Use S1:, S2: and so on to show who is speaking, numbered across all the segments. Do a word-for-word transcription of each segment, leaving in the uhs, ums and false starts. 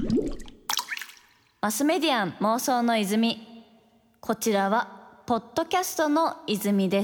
S1: マスメディアン妄想の泉。こちらはポッドキャストの泉です。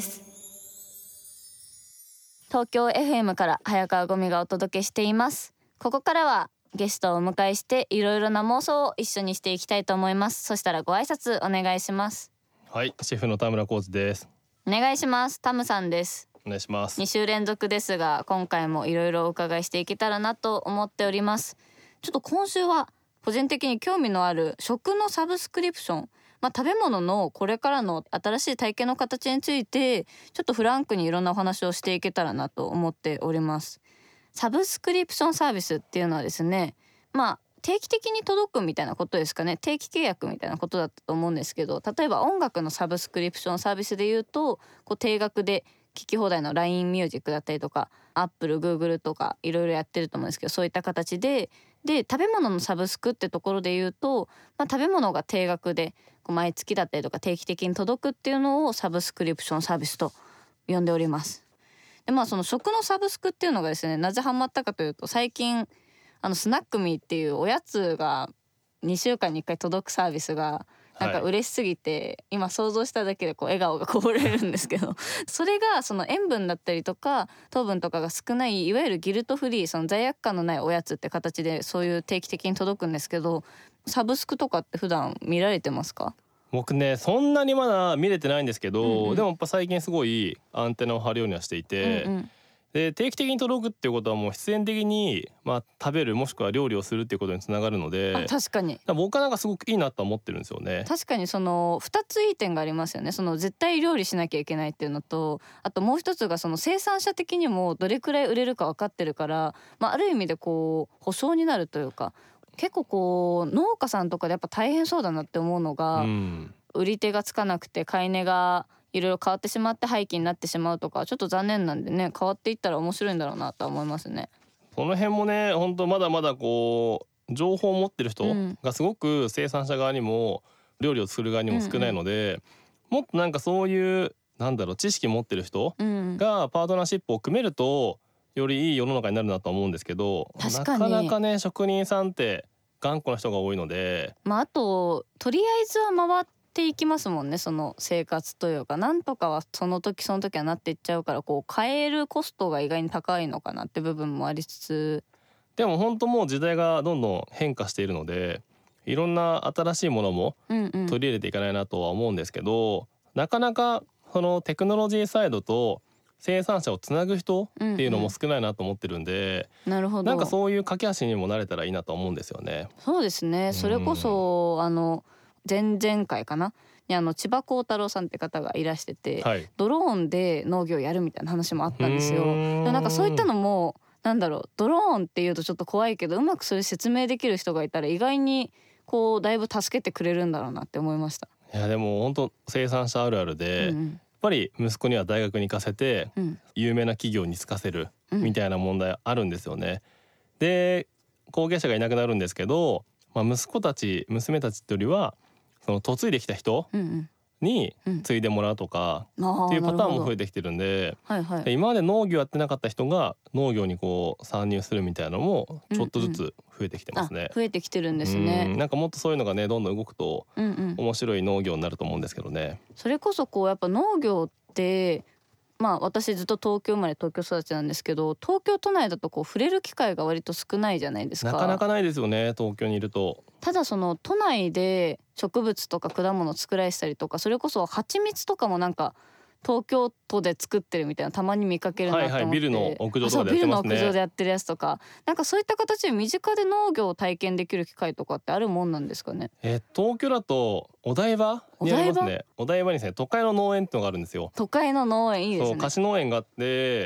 S1: 東京 エフエム から早川ゴミがお届けしています。ここからはゲストをお迎えしていろいろな妄想を一緒にしていきたいと思います。そしたらご挨拶お願いします。
S2: はい、シェフの田村浩二です。
S1: お願いします。タムさんです。
S2: お願いします。
S1: に週連続ですが、今回もいろいろお伺いしていけたらなと思っております。ちょっと今週は個人的に興味のある食のサブスクリプション、まあ、食べ物のこれからの新しい体験の形についてちょっとフランクにいろんなお話をしていけたらなと思っております。サブスクリプションサービスっていうのはですね、まあ定期的に届くみたいなことですかね。定期契約みたいなことだったと思うんですけど、例えば音楽のサブスクリプションサービスで言うと、こう定額で聴き放題の ライン ミュージックだったりとか Apple、Google とかいろいろやってると思うんですけど、そういった形でで食べ物のサブスクってところで言うと、まあ、食べ物が定額でこう毎月だったりとか定期的に届くっていうのをサブスクリプションサービスと呼んでおります。でまあその食のサブスクっていうのがですね、なぜハマったかというと、最近あのスナックミーっていうおやつがにしゅうかんにいっかい届くサービスがなんか嬉しすぎて、はい、今想像しただけでこう笑顔がこぼれるんですけどそれがその塩分だったりとか糖分とかが少ない、いわゆるギルトフリー、その罪悪感のないおやつって形でそういう定期的に届くんですけど、サブスクとかって普段見られてますか？
S2: 僕ねそんなにまだ見れてないんですけど、うんうん、でもやっぱ最近すごいアンテナを張るようにはしていて、うんうん、で定期的に届くっていうことはもう必然的に、まあ、食べるもしくは料理をするっていうことにつながるので、
S1: あ確かに
S2: 僕はなんかすごくいいなと思ってるんですよね。
S1: 確かにそのふたついい点がありますよね。その絶対料理しなきゃいけないっていうのと、あともう一つがその生産者的にもどれくらい売れるか分かってるから、まあ、ある意味でこう保証になるというか、結構こう農家さんとかでやっぱ大変そうだなって思うのが、うん、売り手がつかなくて買い値がいろいろ変わってしまって廃棄になってしまうとか、ちょっと残念なんでね、変わっていったら面白いんだろうなとは思いますね。
S2: その辺もね本当まだまだこう情報を持ってる人がすごく生産者側にも料理を作る側にも少ないので、うんうん、もっとなんかそういうなんだろう知識持ってる人がパートナーシップを組めるとよりいい世の中になるなと思うんですけど、なかなかね職人さんって頑固な人が多いので、
S1: まあ、あととりあえずは回っていきますもんね。その生活というかなんとかはその時その時はなっていっちゃうから、こう変えるコストが意外に高いのかなって部分もありつつ、
S2: でも本当もう時代がどんどん変化しているのでいろんな新しいものも取り入れていかないなとは思うんですけど、うんうん、なかなかそのテクノロジーサイドと生産者をつなぐ人っていうのも少ないなと思ってるんで、うんうん、
S1: なるほど。
S2: なんかそういう架け橋にもなれたらいいなと思うんですよね。
S1: そうですね。それこそ、うん、あの前々回かなにあの千葉幸太郎さんって方がいらしてて、はい、ドローンで農業やるみたいな話もあったんですよ。でなんかそういったのもなんだろう、ドローンっていうとちょっと怖いけど、うまくそれ説明できる人がいたら意外にこうだいぶ助けてくれるんだろうなって思いました。
S2: いやでも本当生産者あるあるで、うんうん、やっぱり息子には大学に行かせて、うん、有名な企業に就かせるみたいな問題あるんですよね、うん、で後継者がいなくなるんですけど、まあ、息子たち娘たちってよりはその嫁いできた人に継いでもらうとかっていうパターンも増えてきてるんで、はいはい、で今まで農業やってなかった人が農業にこう参入するみたいなのもちょっとずつ増えてきてますね、うんうん、
S1: 増えてきてるんですね。
S2: うんなんかもっとそういうのがねどんどん動くと面白い農業になると思うんですけどね、うんうん、
S1: それこそこうやっぱ農業ってまあ私ずっと東京生まれ東京育ちなんですけど、東京都内だとこう触れる機会が割と少ないじゃないですか。
S2: なかなかないですよね東京にいると。
S1: ただその都内で植物とか果物作られてたりとか、それこそ蜂蜜とかもなんか東京都で作ってるみたいなたまに見かけるなと思って、はいはい、
S2: ビルの屋上とかでやってますね。
S1: ビルの屋上でやってるやつとか、なんかそういった形で身近で農業を体験できる機会とかってあるもんなんですかね。
S2: え東京だとお台場にありますね。お台場にですね都会の農園ってのがあるんですよ。
S1: 都会の農園いいですね。
S2: そう貸し農園があって、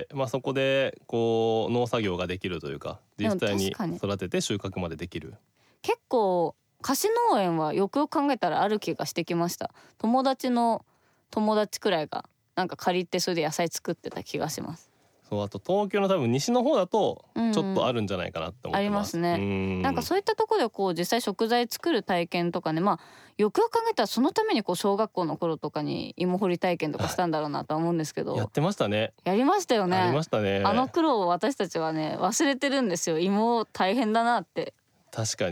S2: まあ、そこでこう農作業ができるというか実際に育てて収穫までできる。
S1: 結構貸し農園はよくよく考えたらある気がしてきました。友達の友達くらいがなんか借りてそれで野菜作ってた気がします。
S2: そうあと東京の多分西の方だとちょっとあるんじゃないかなって思ってます、うん、
S1: ありますね。んなんかそういったところでこう実際食材作る体験とかね、まあよくよく考えたらそのためにこう小学校の頃とかに芋掘り体験とかしたんだろうなとは思うんですけど
S2: やってましたね。
S1: やりましたよね。
S2: ありましたね。
S1: あの苦労を私たちはね忘れてるんですよ。芋大変だなって。
S2: 確かに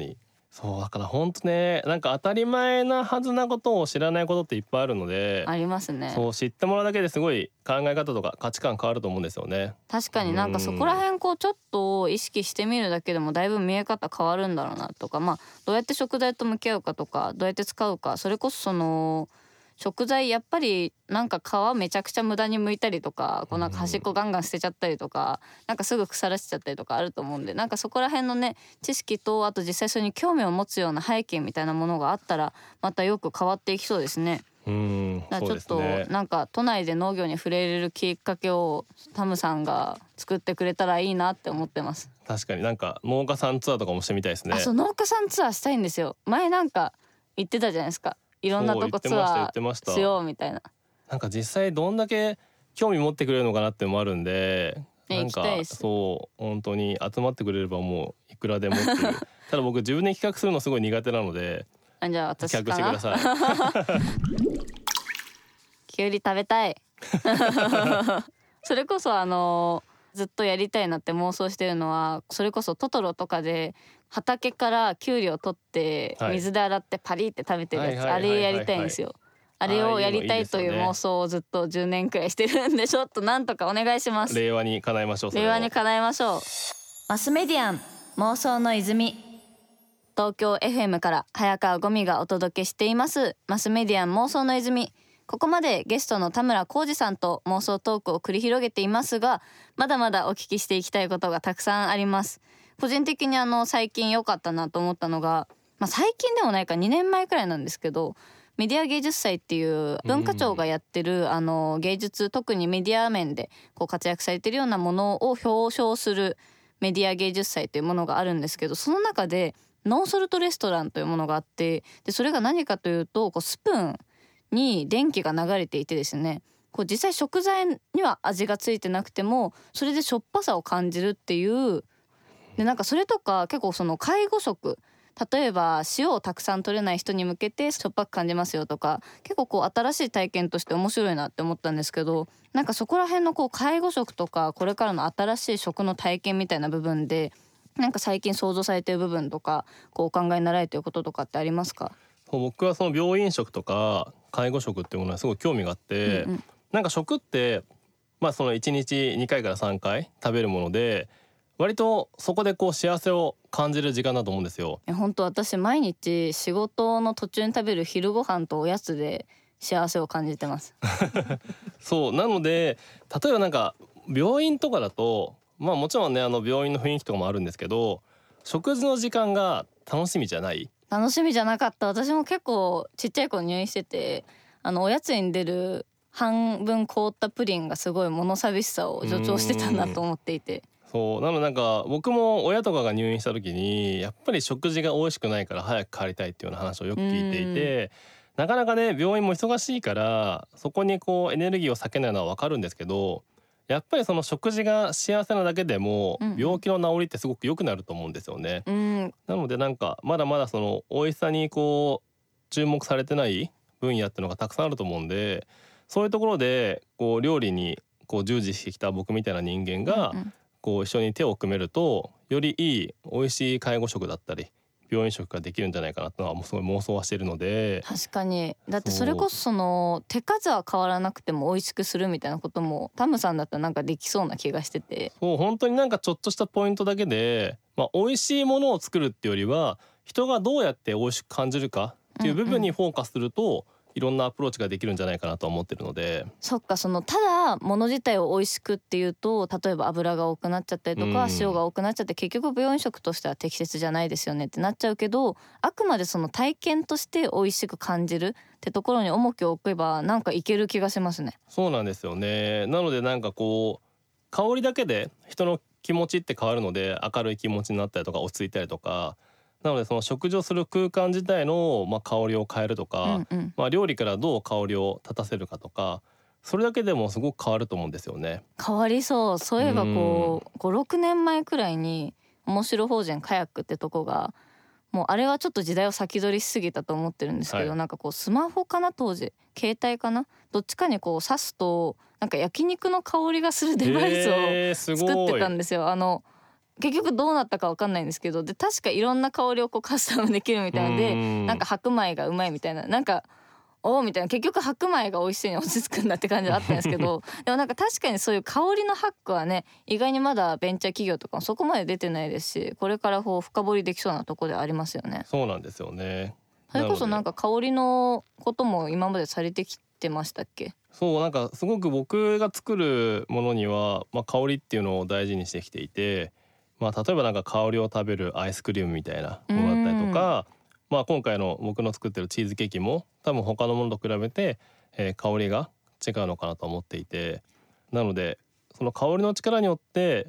S2: そうだから本当ね、なんか当たり前なはずなことを知らないことっていっぱいあるので。
S1: ありますね。
S2: そう知ってもらうだけですごい考え方とか価値観変わると思うんですよね。
S1: 確かになんかそこら辺こうちょっと意識してみるだけでもだいぶ見え方変わるんだろうなとか、まあどうやって食材と向き合うかとかどうやって使うか、それこそその食材やっぱりなんか皮めちゃくちゃ無駄に剥いたりとか、こうなんか端っこガンガン捨てちゃったりとか、なんかすぐ腐らしちゃったりとかあると思うんで、なんかそこら辺のね知識とあと実際それに興味を持つような背景みたいなものがあったらまたよく変わっていきそうですね。
S2: うん
S1: だからちょっとなんか都内で農業に触れれるきっかけをタムさんが作ってくれたらいいなって思ってます。
S2: 確かになんか農家さんツアーとかもしてみたいですね。
S1: あ、そう農家さんツアーしたいんですよ。前なんか言ってたじゃないですか、いろんなとこツアーしようみたいな。
S2: なんか実際どんだけ興味持ってくれるのかなってのもあるんで、なんかそう本当に集まってくれればもういくらでもっていうただ僕自分で企画するのすごい苦手なので、
S1: あ、じゃあ私かな
S2: 企画してください
S1: きゅうり食べたいそれこそあのずっとやりたいなって妄想してるのは、それこそトトロとかで畑からきゅうりを取って水で洗ってパリって食べてるやつ、あれやりたいんですよ。あれをやりたいという妄想をずっとじゅうねんくらいしてるんで、ちょっとなんとかお願いします。
S2: 令和に叶えましょう。
S1: 令和に叶えましょう。マスメディアン妄想の泉、東京 エフエム から早川ゴミがお届けしていますマスメディアン妄想の泉。ここまでゲストの田村浩二さんと妄想トークを繰り広げていますが、まだまだお聞きしていきたいことがたくさんあります。個人的にあの最近良かったなと思ったのが、まあ、最近でもないかにねんまえくらいなんですけど、メディア芸術祭っていう文化庁がやってるあの芸術、特にメディア面でこう活躍されてるようなものを表彰するメディア芸術祭というものがあるんですけど、その中でノンソルトレストランというものがあって、でそれが何かというと、こうスプーンに電気が流れていてですね、こう実際食材には味がついてなくてもそれでしょっぱさを感じるっていう。でなんかそれとか結構その介護食、例えば塩をたくさん取れない人に向けてしょっぱく感じますよとか、結構こう新しい体験として面白いなって思ったんですけど、なんかそこら辺のこう介護食とかこれからの新しい食の体験みたいな部分でなんか最近想像されている部分とかこうお考えになられていることとかってありますか？
S2: 僕はその病院食とか介護食っていうものはすごい興味があって、うんうん、なんか食ってまあそのいちにちにかいからさんかい食べるもので、割とそこでこう幸せを感じる時間だと思うんですよ。
S1: 本当私毎日仕事の途中に食べる昼ご飯とおやつで幸せを感じてます
S2: そうなので、例えばなんか病院とかだとまあもちろんねあの病院の雰囲気とかもあるんですけど、食事の時間が楽しみじゃない。
S1: 楽しみじゃなかった。私も結構ちっちゃい頃入院してて、あのおやつに出る半分凍ったプリンがすごい物寂しさを助長してたなと思っていて、
S2: そうなのでなんか僕も親とかが入院した時にやっぱり食事が美味しくないから早く帰りたいっていうような話をよく聞いていて、なかなかね病院も忙しいからそこにこうエネルギーを割けないのは分かるんですけど、やっぱりその食事が幸せなだけでも病気の治りってすごく良くなると思うんですよね、うん、なのでなんかまだまだその美味しさにこう注目されてない分野っていうのがたくさんあると思うんで、そういうところでこう料理にこう従事してきた僕みたいな人間がこう一緒に手を組めるとよりいい美味しい介護食だったり病院食ができるんじゃないかなとはもうすごい妄想はしているので。
S1: 確かにだってそれこそその手数は変わらなくても美味しくするみたいなこともタムさんだったらなんかできそうな気がしてて、
S2: そう本当になんかちょっとしたポイントだけで、まあ、美味しいものを作るっていうよりは人がどうやって美味しく感じるかっていう部分にフォーカスすると、うんうん、いろんなアプローチができるんじゃないかなとは思ってるので。
S1: そっか、そのただ物自体を美味しくっていうと例えば油が多くなっちゃったりとか、うん、塩が多くなっちゃって結局病院食としては適切じゃないですよねってなっちゃうけど、あくまでその体験として美味しく感じるってところに重きを置けばなんかいける気がしますね。
S2: そうなんですよね。なのでなんかこう香りだけで人の気持ちって変わるので、明るい気持ちになったりとか落ち着いたりとか、なのでその食事をする空間自体のまあ香りを変えるとか、うんうん、まあ料理からどう香りを立たせるかとか、それだけでもすごく変わると思うんですよね。
S1: 変わりそう。そういえばこうごろくねんまえくらいに面白法人カヤックってとこが、もうあれはちょっと時代を先取りしすぎたと思ってるんですけど、はい、なんかこうスマホかな当時携帯かなどっちかにこう挿すとなんか焼肉の香りがするデバイスを作ってたんですよ。あの結局どうなったか分かんないんですけど、で確かいろんな香りをこうカスタムできるみたいなので、んなんか白米がうまいみたいな、なんかおーみたいな、結局白米が美味しいに落ち着くんだって感じはあったんですけどでもなんか確かにそういう香りのハックはね、意外にまだベンチャー企業とかもそこまで出てないですし、これからこう深掘りできそうなところでありますよね。
S2: そうなんですよね。
S1: それこそなんか香りのことも今までされてきてましたっけ？
S2: そう、なんかすごく僕が作るものには、まあ、香りっていうのを大事にしてきていて、まあ、例えばなんか香りを食べるアイスクリームみたいなものだったりとか、まあ、今回の僕の作ってるチーズケーキも多分他のものと比べて、えー、香りが違うのかなと思っていて、なのでその香りの力によって、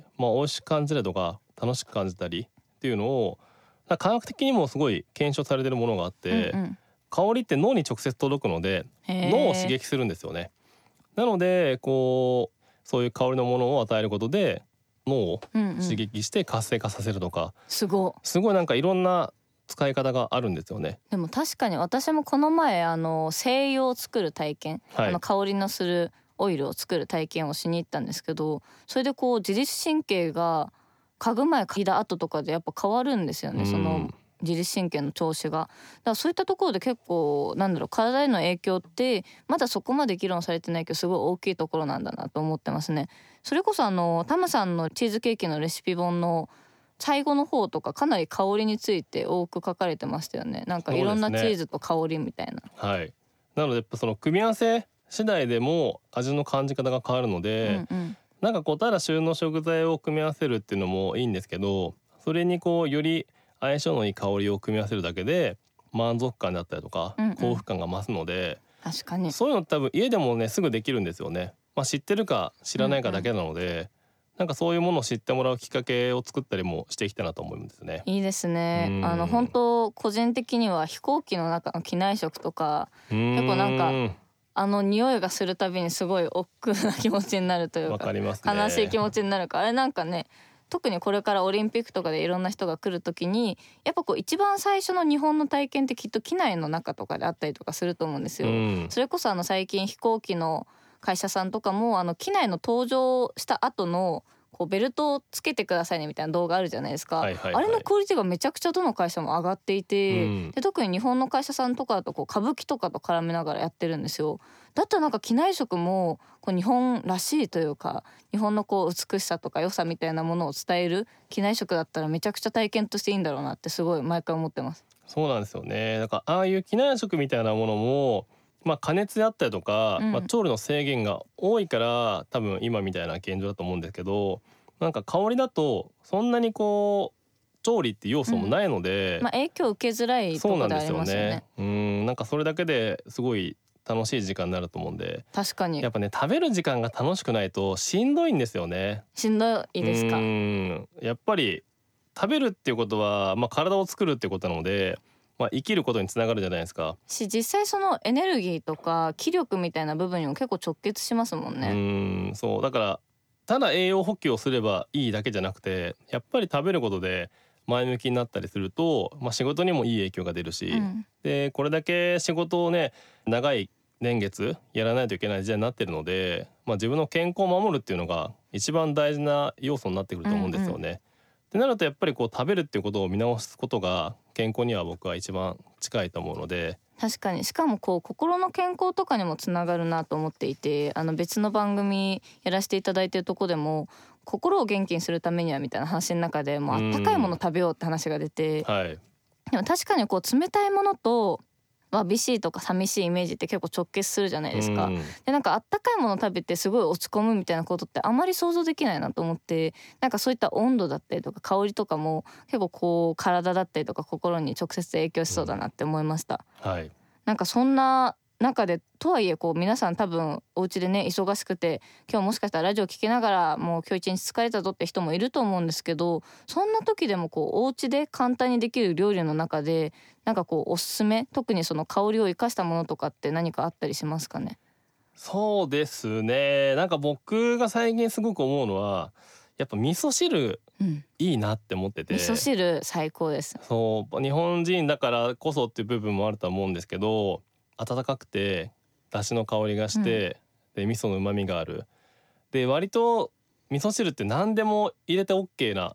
S2: まあ、美味しく感じたりとか楽しく感じたりっていうのを科学的にもすごい検証されてるものがあって、うんうん、香りって脳に直接届くので脳を刺激するんですよね。なのでこうそういう香りのものを与えることで脳を刺激して活性化させるとか、うんうん、
S1: すごい
S2: すごいなんかいろんな使い方があるんですよね。
S1: でも確かに私もこの前あの精油を作る体験、はい、あの香りのするオイルを作る体験をしに行ったんですけど、それでこう自律神経が嗅ぐ前嗅いだ後とかでやっぱ変わるんですよね、その自律神経の調子が。だからそういったところで結構なんだろう、体への影響ってまだそこまで議論されてないけどすごい大きいところなんだなと思ってますね。それこそあのタムさんのチーズケーキのレシピ本の最後の方とかかなり香りについて多く書かれてましたよね。なんかいろんなチーズと香りみたいな、ね、
S2: はいなのでやっぱその組み合わせ次第でも味の感じ方が変わるので、うんうん、なんかこうただ旬の食材を組み合わせるっていうのもいいんですけど、それにこうより相性のいい香りを組み合わせるだけで満足感だったりとか、うんうん、幸福感が増すので、
S1: 確かに
S2: そういうの多分家でもねすぐできるんですよね。まあ、知ってるか知らないかだけなので、うんうん、なんかそういうものを知ってもらうきっかけを作ったりもしていきたいなと思うんですね。
S1: いいですね。あの本当個人的には飛行機の中の機内食とか結構なんかあの匂いがするたびにすごい億劫な気持ちになるというか、
S2: わかりますね、
S1: 悲しい気持ちになるから、あれなんかね、特にこれからオリンピックとかでいろんな人が来る時にやっぱこう一番最初の日本の体験ってきっと機内の中とかであったりとかすると思うんですよ。それこそあの最近飛行機の会社さんとかもあの機内の搭乗した後のこうベルトをつけてくださいねみたいな動画あるじゃないですか、はいはいはい、あれのクオリティがめちゃくちゃどの会社も上がっていて、うん、で特に日本の会社さんとかだとこう歌舞伎とかと絡めながらやってるんですよ。だったらなんか機内食もこう日本らしいというか、日本のこう美しさとか良さみたいなものを伝える機内食だったらめちゃくちゃ体験としていいんだろうなってすごい毎回思ってます。
S2: そうなんですよね。だからああいう機内食みたいなものもまあ、加熱であったりとか、うんまあ、調理の制限が多いから多分今みたいな現状だと思うんですけど、なんか香りだとそんなにこう調理って要素もないので、
S1: うんまあ、影響を受けづらいところでありますよね。そうなんですよね。
S2: うんなんかそれだけですごい楽しい時間になると思うんで、
S1: 確かに
S2: やっぱね食べる時間が楽しくないとしんどいんですよね。
S1: しんどいですか。
S2: うんやっぱり食べるっていうことは、まあ、体を作るっていうことなので、まあ、生きることにつながるじゃないですか。
S1: し実際そのエネルギーとか気力みたいな部分にも結構直結しますもんね。
S2: うんそうだからただ栄養補給をすればいいだけじゃなくて、やっぱり食べることで前向きになったりすると、まあ、仕事にもいい影響が出るし、うん、でこれだけ仕事をね長い年月やらないといけない時代になってるので、まあ、自分の健康を守るっていうのが一番大事な要素になってくると思うんですよね。うんうんってなるとやっぱりこう食べるっていうことを見直すことが健康には僕は一番近いと思うので。
S1: 確かに、しかもこう心の健康とかにもつながるなと思っていて、あの別の番組やらせていただいてるとこでも心を元気にするためにはみたいな話の中でもうあったかいもの食べようって話が出て、
S2: はい、
S1: でも確かにこう冷たいものとわびしいとか寂しいイメージって結構直結するじゃないですか。でなんかあったかいもの食べてすごい落ち込むみたいなことってあまり想像できないなと思って、なんかそういった温度だったりとか香りとかも結構こう体だったりとか心に直接影響しそうだなって思いました、
S2: うんはい、
S1: なんかそんな中でとはいえこう皆さん多分お家でね忙しくて今日もしかしたらラジオ聞きながらもう今日一日疲れたぞって人もいると思うんですけど、そんな時でもこうお家で簡単にできる料理の中でなんかこうおすすめ、特にその香りを生かしたものとかって何かあったりしますかね。
S2: そうですね、なんか僕が最近すごく思うのはやっぱ味噌汁いいなって思ってて、
S1: うん、味噌汁最高です。
S2: そう日本人だからこそっていう部分もあると思うんですけど、温かくて出汁の香りがして、うん、で味噌の旨味があるで割と味噌汁って何でも入れて OK な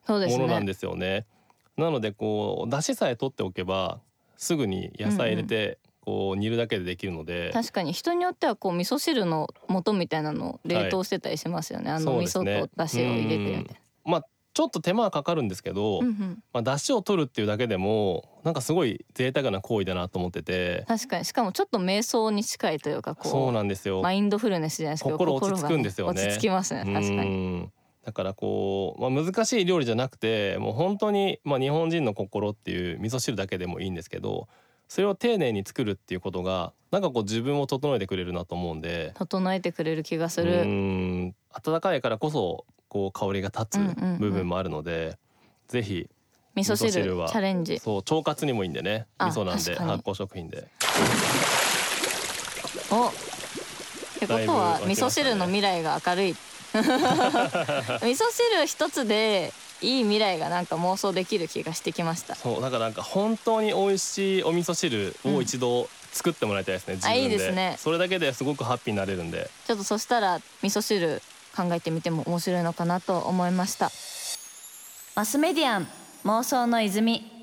S2: ものなんですよね。なのでこう出汁さえ取っておけばすぐに野菜入れて、うんうん、こう煮るだけでできるので。
S1: 確かに人によってはこう味噌汁の素みたいなのを冷凍してたりしますよね、はい、あの味噌とだしを入れてみたいな。
S2: まあちょっと手間はかかるんですけど、うんうん、まあ、出汁を取るっていうだけでもなんかすごい贅沢な行為だなと思ってて。
S1: 確かに、しかもちょっと瞑想に近いというかこう、
S2: そうなんですよ、
S1: マインドフルネスじゃないですけど
S2: 心落ち着くんですよね。
S1: 落ち着きますね。確かに。
S2: だからこう、まあ、難しい料理じゃなくてもう本当に、まあ、日本人の心っていう味噌汁だけでもいいんですけど、それを丁寧に作るっていうことがなんかこう自分を整えてくれるなと思うんで。
S1: 整えてくれる気がする。
S2: うん、温かいからこそこう香りが立つ部分もあるので、うんうんうん、ぜひ
S1: 味噌汁はチャレンジ。
S2: そう、腸活にもいいんでね。味噌なんで発酵食品で。
S1: おってことは、ね、味噌汁の未来が明るい味噌汁一つでいい未来がなんか妄想できる気がしてきました。
S2: そうだからなんか本当に美味しいお味噌汁を一度作ってもらいたいですね、うん、自分で。あ、いいですね。それだけですごくハッピーになれるんで、
S1: ちょっとそしたら味噌汁考えてみても面白いのかなと思いました。マスメディアン妄想の泉。